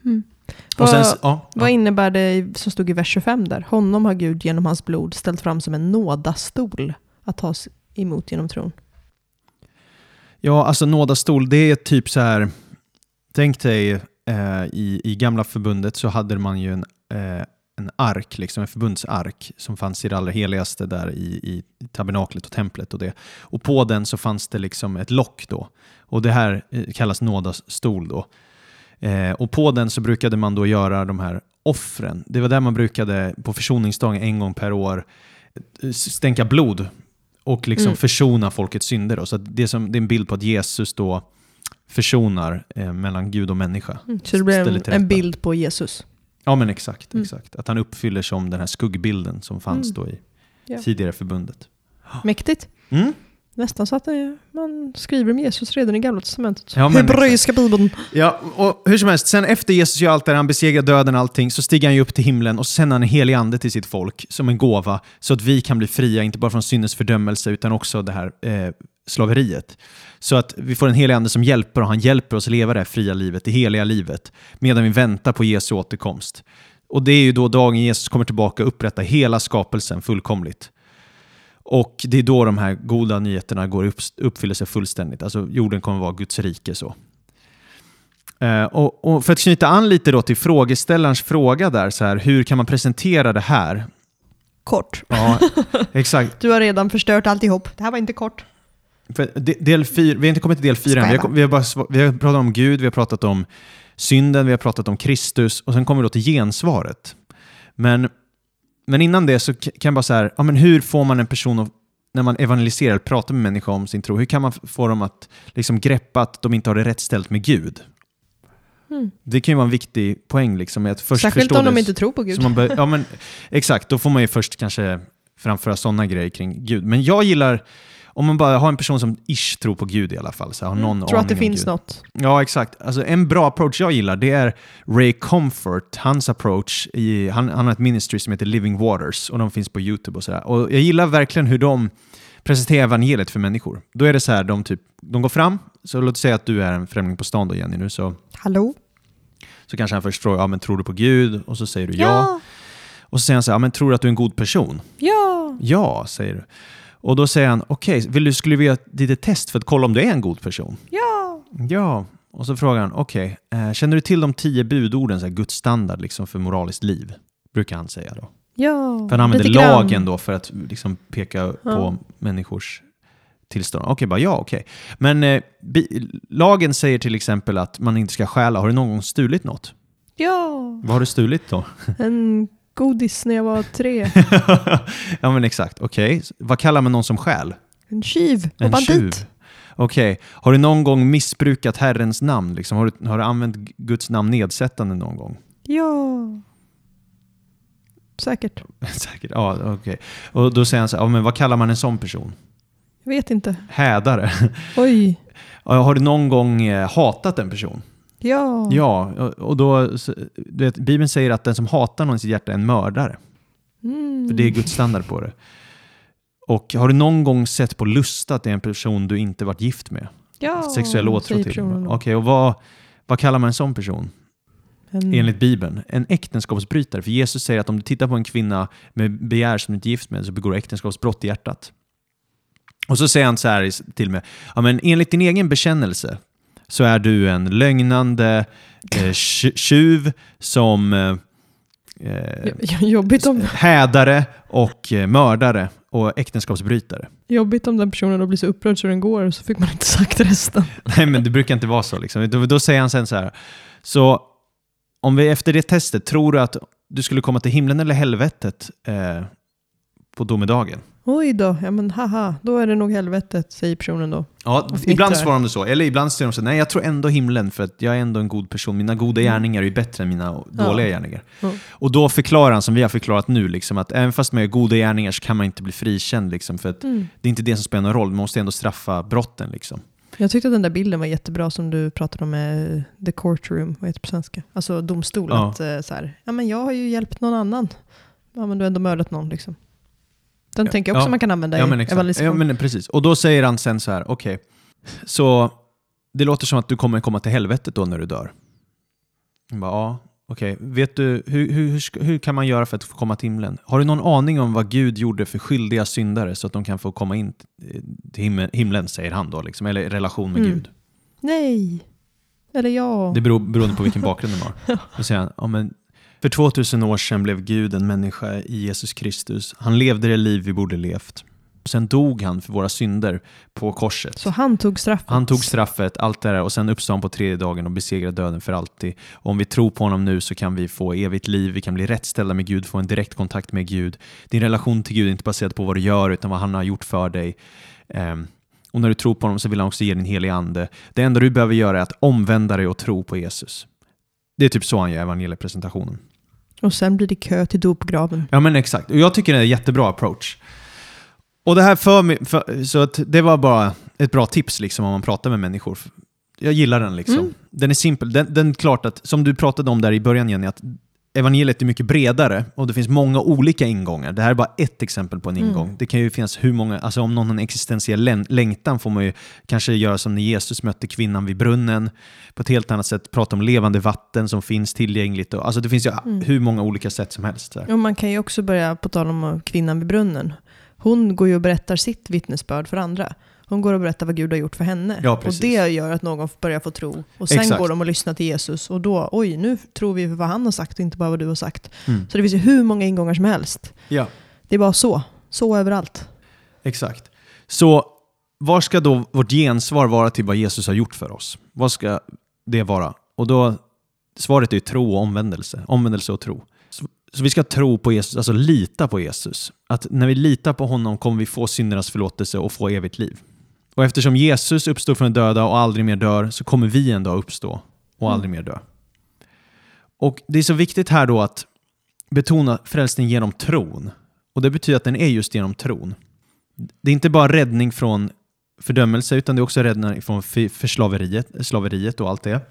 Vad innebär det som stod i vers 25 där? Honom har Gud genom hans blod ställt fram som en nådastol att tas emot genom tron. Ja, alltså nådastol, det är typ så här. Tänk dig i gamla förbundet så hade man ju en ark, liksom en förbundsark som fanns i det allra heligaste där i tabernaklet och templet och det. Och på den så fanns det liksom ett lock då. Och det här kallas nådastol då. Och på den så brukade man då göra de här offren. Det var där man brukade på försoningsdagen en gång per år stänka blod och liksom försona folkets synder då. Så att det är en bild på att Jesus då försonar mellan Gud och människa. Så det blir en bild på Jesus. Ja, men exakt. Att han uppfyller som den här skuggbilden som fanns då i tidigare förbundet. Mäktigt. Nästan så att man skriver om Jesus redan i Gamla testamentet. Ja, men Hebreiska bibeln. Ja, och hur som helst, sen efter Jesus gör allt det, han besegrar döden och allting, så stiger han ju upp till himlen och sänder han en helig ande till sitt folk som en gåva, så att vi kan bli fria, inte bara från syndens fördömelse utan också det här slaveriet. Så att vi får en helig ande som hjälper, och han hjälper oss leva det här fria livet, det heliga livet, medan vi väntar på Jesu återkomst. Och det är ju då dagen Jesus kommer tillbaka och upprättar hela skapelsen fullkomligt. Och det är då de här goda nyheterna går uppfyller sig fullständigt. Alltså jorden kommer vara Guds rike så. Och för att knyta an lite då till frågeställarens fråga där, så här, hur kan man presentera det här? Kort. Ja, exakt. Du har redan förstört alltihop. Det här var inte kort. För del 4, vi har inte kommit till del 4 än. Vi har pratat om Gud, vi har pratat om synden, vi har pratat om Kristus, och sen kommer vi då till gensvaret. Men innan det så kan jag bara så här, ja, men hur får man en person att, när man evangeliserar, pratar med människor om sin tro, hur kan man få dem att liksom greppa att de inte har det rätt ställt med Gud? Det kan ju vara en viktig poäng liksom, att först särskilt om de inte tror på Gud. Ja, men exakt, då får man ju först kanske framföra sådana grejer kring Gud. Men jag gillar om man bara har en person som ish tror på Gud i alla fall. Så har någon tror att det finns Gud. något. Ja, exakt. Alltså, en bra approach jag gillar, det är Ray Comfort. Hans approach, han har ett ministry som heter Living Waters, och de finns på YouTube och sådär. Och jag gillar verkligen hur de presenterar evangeliet för människor. Då är det så här, de går fram, så låt säga att du är en främling på stan då, Jenny, nu så. Hallå? Så kanske han först frågar, ja men tror du på Gud? Och så säger du ja. Och så säger han så här, ja men tror du att du är en god person? Ja. Ja, säger du. Och då säger han, okej, skulle vi göra ett litet test för att kolla om du är en god person? Ja. Ja. Och så frågar han, känner du till de 10 budorden, så här Guds standard liksom, för moraliskt liv? Brukar han säga då. Ja. För han använder lagen då för att liksom peka på människors tillstånd. Okej. Men lagen säger till exempel att man inte ska stjäla. Har du någon gång stulit något? Ja. Vad har du stulit då? En godis när jag var 3. Ja, men exakt. Okej. Vad kallar man någon som stjäl? En tjuv och en bandit. Tjuv. Okej. Har du någon gång missbrukat Herrens namn? Liksom? Har du använt Guds namn nedsättande någon gång? Ja. Säkert. Säkert, ja, okej. Och då säger han så här, men vad kallar man en sån person? Jag vet inte. Hädare. Oj. Har du någon gång hatat en person? Ja. Ja, och då, du vet, Bibeln säger att den som hatar någon i sitt hjärta är en mördare. För det är Guds standard på det. Och har du någon gång sett på lust att det är en person du inte varit gift med? Ja. Sexuell åtrå till. Okej, och vad kallar man en sån person? Enligt Bibeln. En äktenskapsbrytare. För Jesus säger att om du tittar på en kvinna med begär som du inte är gift med, så begår du äktenskapsbrott i hjärtat. Och så säger han så här till mig. Ja, men enligt din egen bekännelse så är du en lögnande tjuv som jobbigt om hädare och mördare och äktenskapsbrytare. Jobbigt om den personen då blir så upprörd så den går, så fick man inte sagt resten. Nej, men det brukar inte vara så. Liksom. Då säger han sen så här. Så om vi efter det testet tror du att du skulle komma till himlen eller helvetet på domedagen? Oj då, ja men haha, då är det nog helvetet, säger personen då. Ja, ibland svarar de så. Eller ibland säger de så, nej jag tror ändå himlen för att jag är ändå en god person. Mina goda gärningar är ju bättre än mina dåliga gärningar. Och då förklarar han, som vi har förklarat nu, liksom, att även fast man gör goda gärningar så kan man inte bli frikänd. Liksom, för att det är inte det som spelar någon roll, man måste ändå straffa brotten. Liksom. Jag tyckte att den där bilden var jättebra som du pratade om med The Courtroom, vad heter det på svenska? Alltså domstol, ja. Att så här, ja men jag har ju hjälpt någon annan. Ja men du har ändå mördat någon liksom. Den tänker jag också man kan använda i evangelisation. Ja, men precis. Och då säger han sen så här, okej. Så det låter som att du kommer komma till helvetet då när du dör. Jag bara, ja, okej. Vet du, hur kan man göra för att få komma till himlen? Har du någon aning om vad Gud gjorde för skyldiga syndare så att de kan få komma in till himlen, säger han då, liksom, eller relation med Gud? Nej. Eller ja. Det beroende på vilken bakgrund de har. Då säger han, ja men för 2000 år sedan blev Gud en människa i Jesus Kristus. Han levde det liv vi borde levt. Sen dog han för våra synder på korset. Så han tog straffet? Han tog straffet, allt det där. Och sen uppstod han på 3:e dagen och besegrade döden för alltid. Och om vi tror på honom nu så kan vi få evigt liv. Vi kan bli rättställda med Gud, få en direkt kontakt med Gud. Din relation till Gud är inte baserad på vad du gör utan vad han har gjort för dig. Och när du tror på honom så vill han också ge din heliga ande. Det enda du behöver göra är att omvända dig och tro på Jesus. Det är typ så han gör evangeliepresentationen. Och sen blir det kö till dopgraven. Ja men exakt. Och jag tycker det är en jättebra approach. Och det här så att det var bara ett bra tips liksom om man pratar med människor. Jag gillar den liksom. Den är simpel. Den klart att, som du pratade om där i början, Jenny, att evangeliet är mycket bredare och det finns många olika ingångar. Det här är bara ett exempel på en ingång. Det kan ju finnas hur många, alltså om någon har en existentiell längtan får man ju kanske göra som när Jesus mötte kvinnan vid brunnen på ett helt annat sätt, prata om levande vatten som finns tillgängligt. Och, alltså det finns ju hur många olika sätt som helst. Och man kan ju också börja på tal om kvinnan vid brunnen. Hon går ju och berättar sitt vittnesbörd för andra. Hon går och berättar vad Gud har gjort för henne. Ja, och det gör att någon börjar få tro. Och sen går de och lyssnar till Jesus. Och då, nu tror vi vad han har sagt och inte bara vad du har sagt. Så det finns ju hur många ingångar som helst. Ja. Det är bara så överallt. Exakt. Så vad ska då vårt gensvar vara till vad Jesus har gjort för oss? Vad ska det vara? Och då, svaret är ju tro och omvändelse. Omvändelse och tro. Så vi ska tro på Jesus, alltså lita på Jesus. Att när vi litar på honom kommer vi få syndernas förlåtelse och få evigt liv. Och eftersom Jesus uppstod från de döda och aldrig mer dör, så kommer vi en dag uppstå och aldrig mer dö. Och det är så viktigt här då att betona frälsning genom tron. Och det betyder att den är just genom tron. Det är inte bara räddning från fördömelse, utan det är också räddning från för slaveriet och allt det.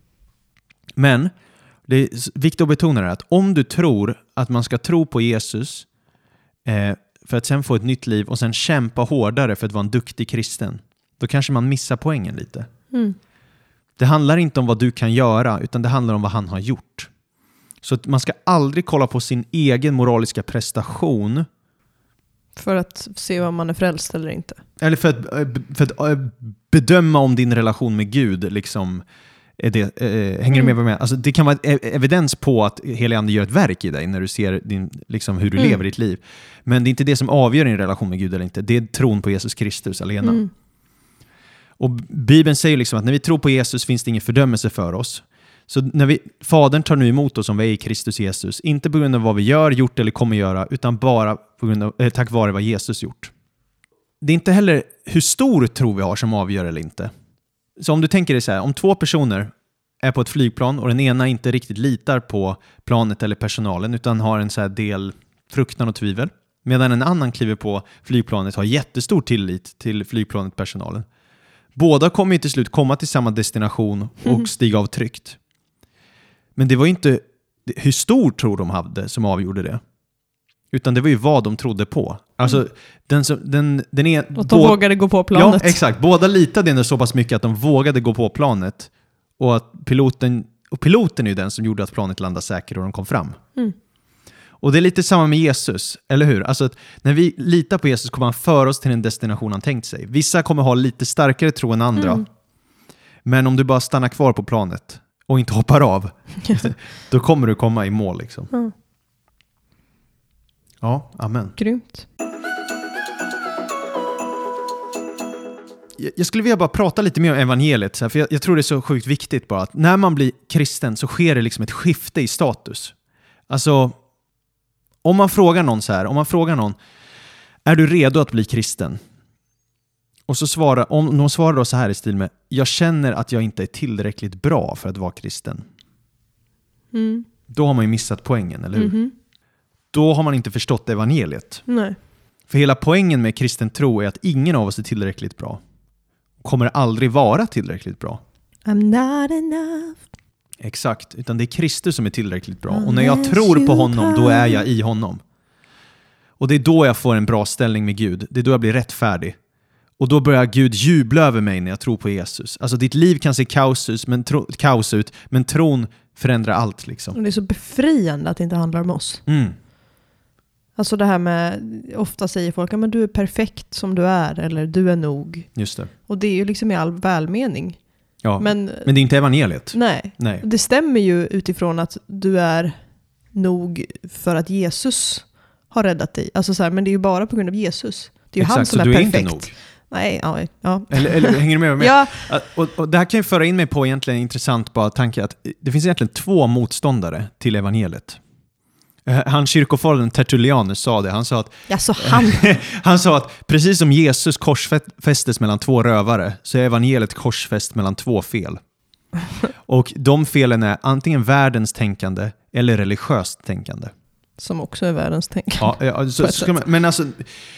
Men det är viktigt att betona det att om du tror att man ska tro på Jesus för att sen få ett nytt liv och sen kämpa hårdare för att vara en duktig kristen, då kanske man missar poängen lite. Det handlar inte om vad du kan göra, utan det handlar om vad han har gjort. Så att man ska aldrig kolla på sin egen moraliska prestation för att se om man är frälst eller inte. Eller för att bedöma om din relation med Gud liksom hänger du med vad jag menar? Alltså, det kan vara evidens på att helig ande gör ett verk i dig när du ser hur du lever ditt liv. Men det är inte det som avgör din relation med Gud eller inte. Det är tron på Jesus Kristus alena. Och Bibeln säger liksom att när vi tror på Jesus finns det ingen fördömelse för oss. Så när Fadern tar nu emot oss om vi är i Kristus Jesus, inte på grund av vad vi gör, gjort eller kommer göra, utan bara på grund av, tack vare vad Jesus gjort. Det är inte heller hur stor tro vi har som avgör eller inte. Så om du tänker dig så här, om två personer är på ett flygplan och den ena inte riktigt litar på planet eller personalen utan har en så här del fruktan och tvivel, medan en annan kliver på flygplanet har jättestor tillit till flygplanet personalen. Båda kommer ju till slut komma till samma destination och stiga av tryggt. Men det var ju inte hur stor tro de hade som avgjorde det. Utan det var ju vad de trodde på. Alltså, den är... Och de vågade gå på planet. Ja, exakt. Båda litade ändå så pass mycket att de vågade gå på planet. Och att piloten är ju den som gjorde att planet landade säkert och de kom fram. Och det är lite samma med Jesus, eller hur? Alltså att när vi litar på Jesus kommer han föra oss till en destination han tänkt sig. Vissa kommer ha lite starkare tro än andra. Men om du bara stannar kvar på planet och inte hoppar av, då kommer du komma i mål liksom. Ja, amen. Grymt. Jag skulle vilja bara prata lite mer om evangeliet, för jag tror det är så sjukt viktigt bara att när man blir kristen så sker det liksom ett skifte i status. Alltså, om man frågar någon, är du redo att bli kristen? Och så om de svarar då så här i stil med, jag känner att jag inte är tillräckligt bra för att vara kristen. Då har man ju missat poängen, eller hur? Då har man inte förstått evangeliet. Nej. För hela poängen med kristen tro är att ingen av oss är tillräckligt bra. Kommer aldrig vara tillräckligt bra. I'm not enough. Exakt, utan det är Kristus som är tillräckligt bra. Och när jag tror på honom, då är jag i honom. Och det är då jag får en bra ställning med Gud. Det är då jag blir rättfärdig. Och då börjar Gud jubla över mig när jag tror på Jesus. Alltså ditt liv kan se kaos ut, men tron förändrar allt liksom. Och det är så befriande att det inte handlar om oss. Alltså det här med, ofta säger folk att du är perfekt som du är, eller du är nog. Just det. Och det är ju liksom i all välmening. Ja, men det är inte evangeliet. Nej. Det stämmer ju utifrån att du är nog för att Jesus har räddat dig. Alltså så här, men det är ju bara på grund av Jesus. Det är ju han som är perfekt. Exakt, så du är inte nog. Nej, ja. Eller hänger du med mig? Ja. Och det här kan ju föra in mig på egentligen en intressant bara tanke att det finns egentligen två motståndare till evangeliet. Han kyrkofadern Tertullianus sa det. Han sa att, han sa att precis som Jesus korsfästes mellan två rövare så är evangeliet korsfäst mellan två fel. Och de felen är antingen världens tänkande eller religiöst tänkande. Som också är världens tänkande. Ja, men alltså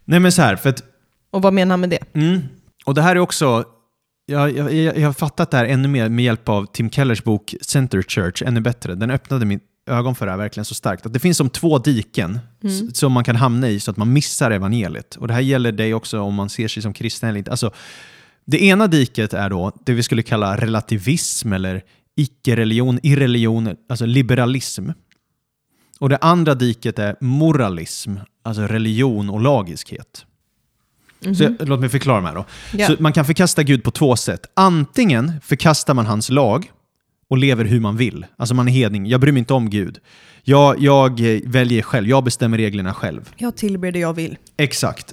Nej men så här, för att... Och vad menar han med det? Och det här är också... Jag har fattat det här ännu mer med hjälp av Tim Kellers bok Center Church, ännu bättre. Den öppnade min ögon för det här verkligen så starkt. Att det finns som 2 diken som man kan hamna i så att man missar evangeliet. Och det här gäller dig också om man ser sig som kristen eller inte. Alltså, det ena diket är då det vi skulle kalla relativism eller icke-religion, irreligion, alltså liberalism. Och det andra diket är moralism, alltså religion och lagiskhet. Så låt mig förklara de här då. Yeah. Så man kan förkasta Gud på 2 sätt. Antingen förkastar man hans lag och lever hur man vill. Alltså man är hedning. Jag bryr mig inte om Gud. Jag väljer själv. Jag bestämmer reglerna själv. Jag tillber det jag vill. Exakt.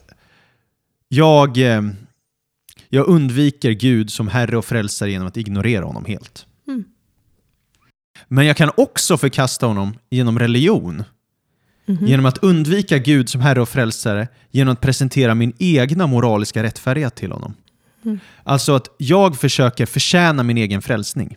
Jag undviker Gud som herre och frälsare genom att ignorera honom helt. Men jag kan också förkasta honom genom religion. Genom att undvika Gud som herre och frälsare genom att presentera min egna moraliska rättfärdighet till honom. Alltså att jag försöker förtjäna min egen frälsning.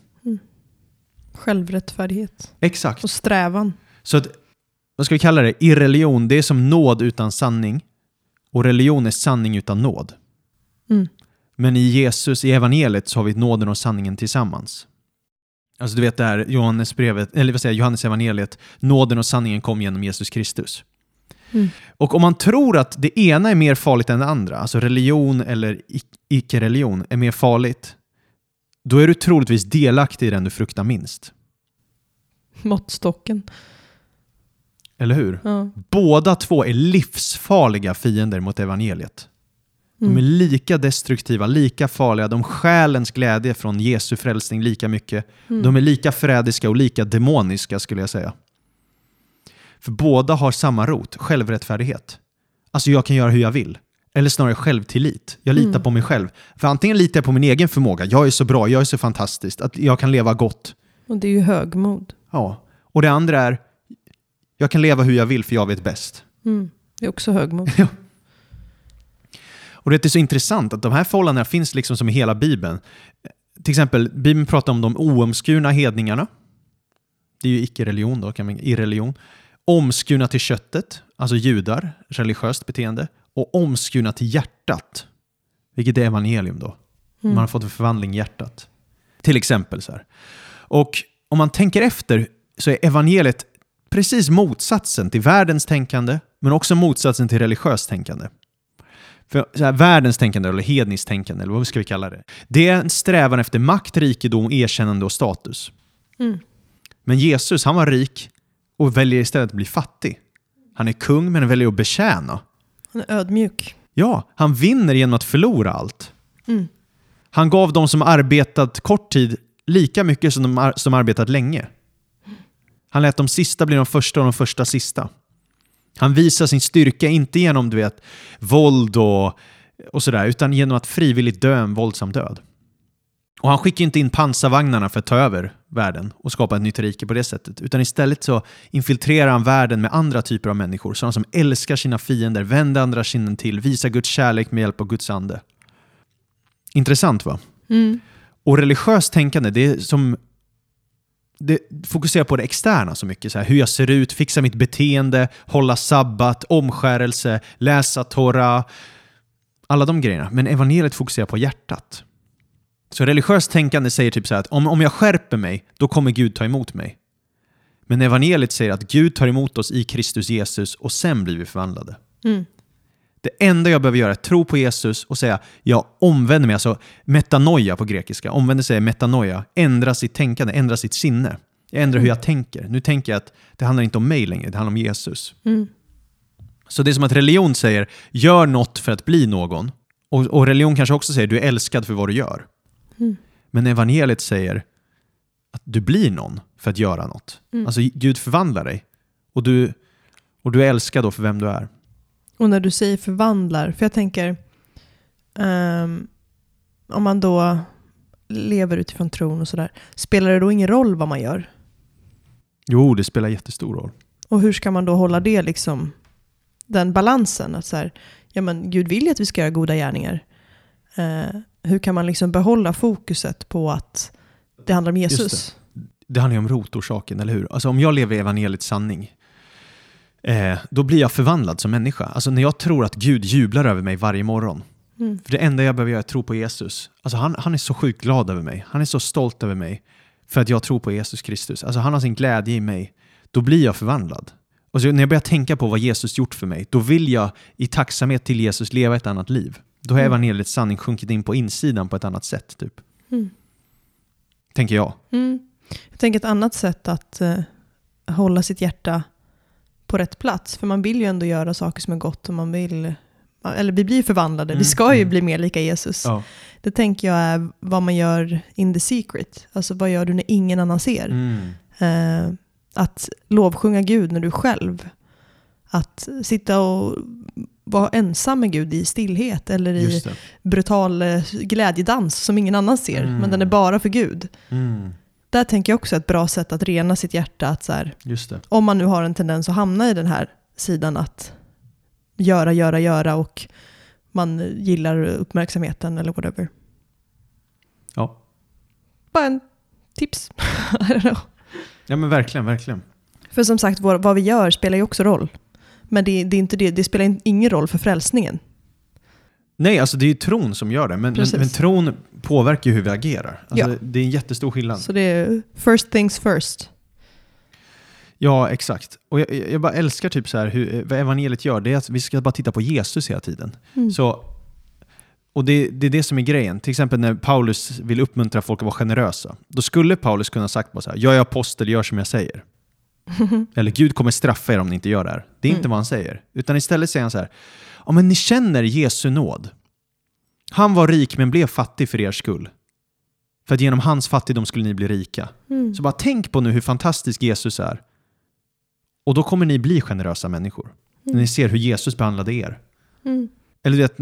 Självrättfärdighet. Exakt. Och strävan. Så att, vad ska vi kalla det? Irreligion, det är som nåd utan sanning. Och religion är sanning utan nåd. Men i Jesus, i evangeliet, så har vi nåden och sanningen tillsammans. Alltså du vet det här Johannes evangeliet, nåden och sanningen kom genom Jesus Kristus. Och om man tror att det ena är mer farligt än det andra, alltså religion eller icke-religion är mer farligt, då är du troligtvis delaktig i den du fruktar minst. Måttstocken. Eller hur? Ja. Båda 2 är livsfarliga fiender mot evangeliet. De är lika destruktiva, lika farliga. De själens glädje från Jesu frälsning lika mycket. De är lika förrädiska och lika demoniska skulle jag säga. För båda har samma rot, självrättfärdighet. Alltså jag kan göra hur jag vill. Eller snarare självtillit. Jag litar på mig själv. För antingen litar jag på min egen förmåga. Jag är så bra, jag är så fantastisk. Att jag kan leva gott. Och det är ju högmod. Ja. Och det andra är jag kan leva hur jag vill för jag vet bäst. Det är också högmod. Ja. Och det är så intressant att de här förhållandena finns liksom som i hela Bibeln. Till exempel, Bibeln pratar om de oomskurna hedningarna. Det är ju icke-religion då, irreligion. Omskurna till köttet, alltså judar, religiöst beteende. Och omskurna till hjärtat, vilket är evangelium då. Man har fått en förvandling i hjärtat. Till exempel så här. Och om man tänker efter så är evangeliet precis motsatsen till världens tänkande, men också motsatsen till religiöst tänkande. För så här, världens tänkande eller hedniskt tänkande, eller vad ska vi kalla det? Det är en strävan efter makt, rikedom, erkännande och status. Men Jesus, han var rik och väljer istället att bli fattig. Han är kung men väljer att betjäna. Han är ödmjuk. Ja, han vinner genom att förlora allt. Han gav de som arbetat kort tid lika mycket som de som arbetat länge. Han lät de sista bli de första och de första sista. Han visar sin styrka inte genom våld och sådär, utan genom att frivilligt dö en våldsam död. Och han skickar inte in pansarvagnarna för att ta över världen och skapa ett nytt rike på det sättet. Utan istället så infiltrerar han världen med andra typer av människor. Sådana som älskar sina fiender, vänder andra kinden till, visar Guds kärlek med hjälp av Guds ande. Intressant va? Och religiöst tänkande, det fokuserar på det externa så mycket. Så här, hur jag ser ut, fixa mitt beteende, hålla sabbat, omskärelse, läsa Torah. Alla de grejerna. Men evangeliet fokuserar på hjärtat. Så religiöst tänkande säger typ så här att om jag skärper mig, då kommer Gud ta emot mig. Men evangeliet säger att Gud tar emot oss i Kristus Jesus och sen blir vi förvandlade. Det enda jag behöver göra är att tro på Jesus och säga jag omvänder mig, alltså metanoia på grekiska. Omvänder sig metanoia, ändra sitt tänkande, ändra sitt sinne. Jag ändrar hur jag tänker. Nu tänker jag att det handlar inte om mig längre, det handlar om Jesus. Så det är som att religion säger gör något för att bli någon. Och religion kanske också säger du är älskad för vad du gör. Men evangeliet säger att du blir någon för att göra något. Alltså Gud förvandlar dig. Och du är älskad då för vem du är. Och när du säger förvandlar, för jag tänker om man då lever utifrån tron och sådär, spelar det då ingen roll vad man gör? Jo, det spelar jättestor roll. Och hur ska man då hålla det liksom, den balansen? Att så här, ja men Gud vill ju att vi ska göra goda gärningar. Hur kan man liksom behålla fokuset på att det handlar om Jesus? Det handlar ju om rotorsaken, eller hur? Alltså om jag lever i evangeliets sanning, då blir jag förvandlad som människa. Alltså när jag tror att Gud jublar över mig varje morgon. För det enda jag behöver göra är att tro på Jesus. Alltså han är så sjukt glad över mig. Han är så stolt över mig för att jag tror på Jesus Kristus. Alltså han har sin glädje i mig. Då blir jag förvandlad. Och så när jag börjar tänka på vad Jesus gjort för mig, då vill jag i tacksamhet till Jesus leva ett annat liv. Då har evangeliets sanning sjunkit in på insidan på ett annat sätt, typ. Tänker jag. Jag tänker ett annat sätt att hålla sitt hjärta på rätt plats. För man vill ju ändå göra saker som är gott och man vill... Eller vi blir förvandlade. Vi ska ju bli mer lika Jesus. Ja. Det tänker jag är vad man gör in the secret. Alltså vad gör du när ingen annan ser? Att lovsjunga Gud när du själv. Att sitta och vara ensam med Gud i stillhet. Eller i brutal glädjedans som ingen annan ser. Men den är bara för Gud. Där tänker jag också ett bra sätt att rena sitt hjärta. Att så här, om man nu har en tendens att hamna i den här sidan att göra och man gillar uppmärksamheten eller whatever. Ja. Bara en tips. I don't know. Ja men verkligen. För som sagt, vad vi gör spelar ju också roll. Men det är inte det spelar ingen roll för frälsningen. Nej, alltså det är ju tron som gör det. Men tron påverkar ju hur vi agerar. Alltså, det är en jättestor skillnad. Så det är first things first. Ja, exakt. Och jag bara älskar typ så här vad evangeliet gör. Det är att vi ska bara titta på Jesus hela tiden. Så, och det är det som är grejen. Till exempel när Paulus vill uppmuntra folk att vara generösa. Då skulle Paulus kunna sagt bara så här: jag är apostel, gör som jag säger. Eller Gud kommer straffa er om ni inte gör det här. Det är inte vad han säger. Utan istället säger han så här: ja, men ni känner Jesu nåd. Han var rik men blev fattig för er skull. För att genom hans fattigdom skulle ni bli rika. Så bara tänk på nu hur fantastisk Jesus är. Och då kommer ni bli generösa människor. När ni ser hur Jesus behandlade er. Eller det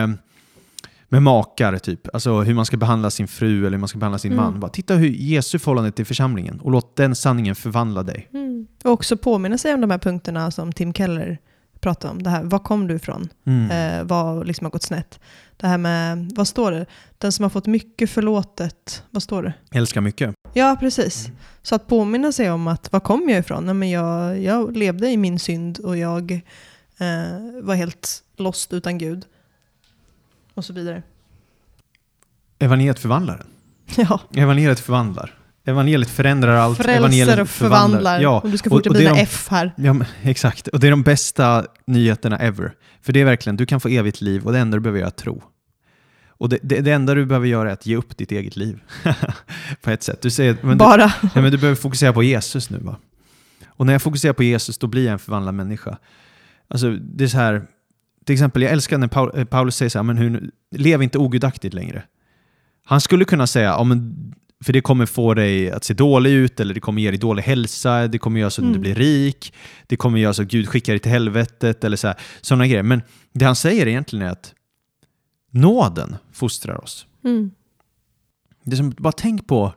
med makar typ. Alltså hur man ska behandla sin fru eller hur man ska behandla sin man. Bara titta hur Jesu förhållande till församlingen. Och låt den sanningen förvandla dig. Och också påminna sig om de här punkterna som Tim Keller pratade om. Det här, var kom du ifrån? Vad liksom har gått snett? Det här med, vad står det? Den som har fått mycket förlåtet. Vad står det? Älskar mycket. Ja, precis. Så att påminna sig om att var kom jag ifrån? Nej, men jag levde i min synd och jag var helt lost utan Gud. Och så vidare. Evangeliet förvandlar den. Ja. Evangeliet förvandlar. Evangeliet förändrar allt. Frälser Evangeliet och förvandlar. Ja. Och du ska fortsätta bli F här. Ja, exakt. Och det är de bästa nyheterna ever. För det är verkligen, du kan få evigt liv och det enda du behöver göra är tro. Och det enda du behöver göra är att ge upp ditt eget liv. På ett sätt. Du säger, men du behöver fokusera på Jesus nu, va? Och när jag fokuserar på Jesus, då blir jag en förvandlad människa. Alltså, det är så här... Till exempel, jag älskar när Paulus säger så här: men lev inte ogudaktigt längre. Han skulle kunna säga, ja, men, för det kommer få dig att se dålig ut, eller det kommer ge dig dålig hälsa, det kommer göra så att du blir rik, det kommer göra så att Gud skickar dig till helvetet, eller så här, sådana grejer. Men det han säger egentligen är att nåden fostrar oss. Det är som, bara tänk på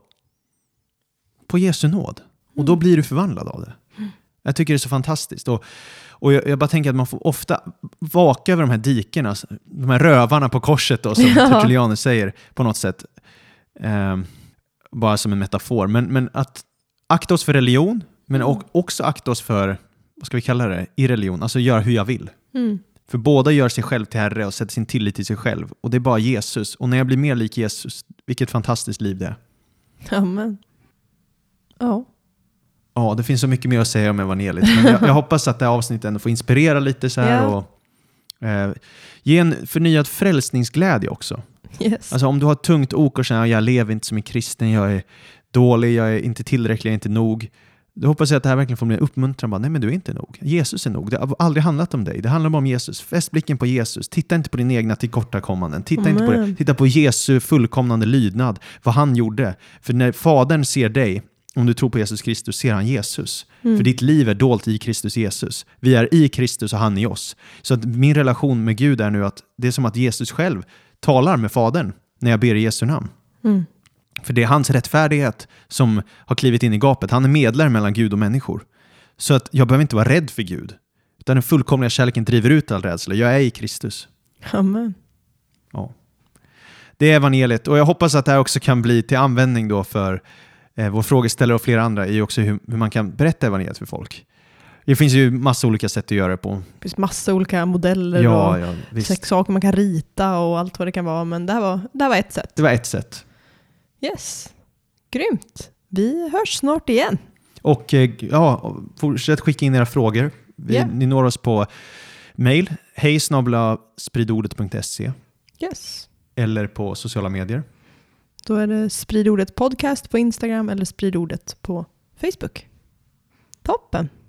Jesu nåd. Och då blir du förvandlad av det. Jag tycker det är så fantastiskt. Och jag bara tänker att man får ofta vaka över de här dikerna, de här rövarna på korset då, som Tertullianus säger på något sätt. Bara som en metafor. Men att akta oss för religion, men också akta oss för, vad ska vi kalla det, irreligion. Alltså göra hur jag vill. För båda gör sig själv till herre och sätter sin tillit till sig själv. Och det är bara Jesus. Och när jag blir mer lik Jesus, vilket fantastiskt liv det är. Amen. Ja. Ja, det finns så mycket mer att säga om evangeliet. Men jag hoppas att det här avsnittet ändå får inspirera lite så här och ge en förnyad frälsningsglädje också. Yes. Alltså om du har ett tungt ok och känner att jag lever inte som en kristen, jag är dålig, jag är inte tillräcklig, jag är inte nog. Då hoppas jag att det här verkligen får bli en uppmuntran. Bara, nej, men du är inte nog. Jesus är nog. Det har aldrig handlat om dig. Det handlar bara om Jesus. Fäst blicken på Jesus. Titta inte på din egna tillkortakommanden. Titta inte på det. Titta på Jesu fullkomnande lydnad. Vad han gjorde. För när Fadern ser dig, om du tror på Jesus Kristus, ser han Jesus. För ditt liv är dolt i Kristus Jesus. Vi är i Kristus och han i oss. Så att min relation med Gud är nu att det är som att Jesus själv talar med Fadern när jag ber i Jesu namn. För det är hans rättfärdighet som har klivit in i gapet. Han är medlare mellan Gud och människor. Så att jag behöver inte vara rädd för Gud. Utan den fullkomliga kärleken driver ut all rädsla. Jag är i Kristus. Amen. Ja. Det är evangeliet. Och jag hoppas att det här också kan bli till användning då för vår frågeställare och flera andra i också hur man kan berätta evangeliet för folk. Det finns ju massa olika sätt att göra det på. Det finns massa olika modeller och sex saker man kan rita och allt vad det kan vara. Men det här var ett sätt. Det var ett sätt. Yes. Grymt. Vi hörs snart igen. Och fortsätt skicka in era frågor. Ni når oss på mail hej@spridordet.se Yes. eller på sociala medier. Då är det Sprid ordet podcast på Instagram eller Sprid ordet på Facebook. Toppen!